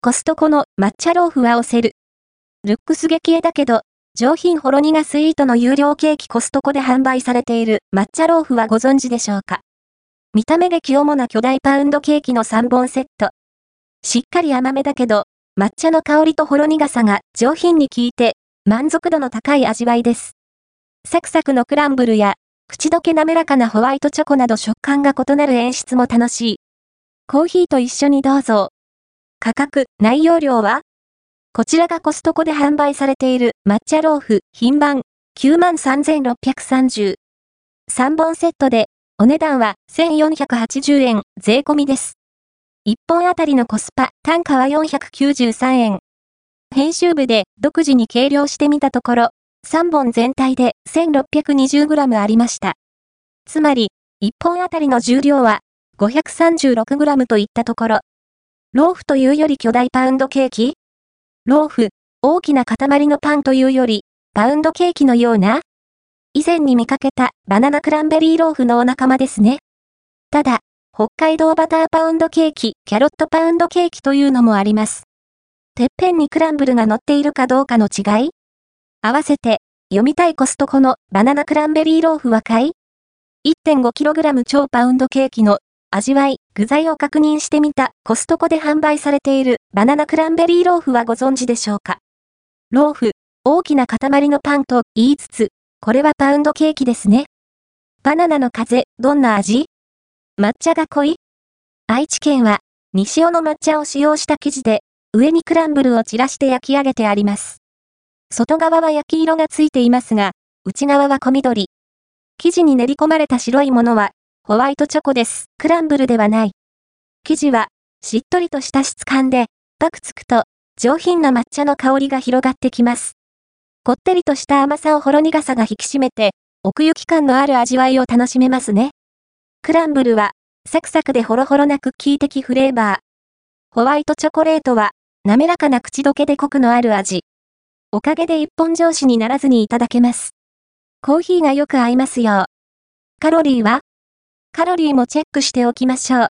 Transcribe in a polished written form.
コストコの抹茶ローフは押せる。ルックス激絵だけど、上品ほろ苦スイートの有料ケーキコストコで販売されている抹茶ローフはご存知でしょうか。見た目激主な巨大パウンドケーキの3本セット。しっかり甘めだけど、抹茶の香りとほろ苦さが上品に効いて、満足度の高い味わいです。サクサクのクランブルや、口どけ滑らかなホワイトチョコなど食感が異なる演出も楽しい。コーヒーと一緒にどうぞ。価格、内容量は？こちらがコストコで販売されている抹茶ローフ品番 93,630。3本セットで、お値段は1480円税込みです。1本あたりのコスパ単価は493円。編集部で独自に計量してみたところ、3本全体で 1620g ありました。つまり、1本あたりの重量は 536g といったところ。ローフというより巨大パウンドケーキ？ローフ、大きな塊のパンというより、パウンドケーキのような？以前に見かけたバナナクランベリーローフのお仲間ですね。ただ、北海道バターパウンドケーキ、キャロットパウンドケーキというのもあります。てっぺんにクランブルが乗っているかどうかの違い？合わせて、読みたいコストコのバナナクランベリーローフは買い？ 1.5kg 超パウンドケーキの味わい、具材を確認してみたコストコで販売されているバナナクランベリーローフはご存知でしょうか。ローフ、大きな塊のパンと言いつつ、これはパウンドケーキですね。バナナの風、どんな味？抹茶が濃い？愛知県は、西尾の抹茶を使用した生地で、上にクランブルを散らして焼き上げてあります。外側は焼き色がついていますが、内側は黄緑。生地に練り込まれた白いものは、ホワイトチョコです。クランブルではない。生地は、しっとりとした質感で、パクつくと、上品な抹茶の香りが広がってきます。こってりとした甘さをほろ苦さが引き締めて、奥行き感のある味わいを楽しめますね。クランブルは、サクサクでホロホロなクッキー的フレーバー。ホワイトチョコレートは、滑らかな口どけでコクのある味。おかげで一本上司にならずにいただけます。コーヒーがよく合いますよ。カロリーは？カロリーもチェックしておきましょう。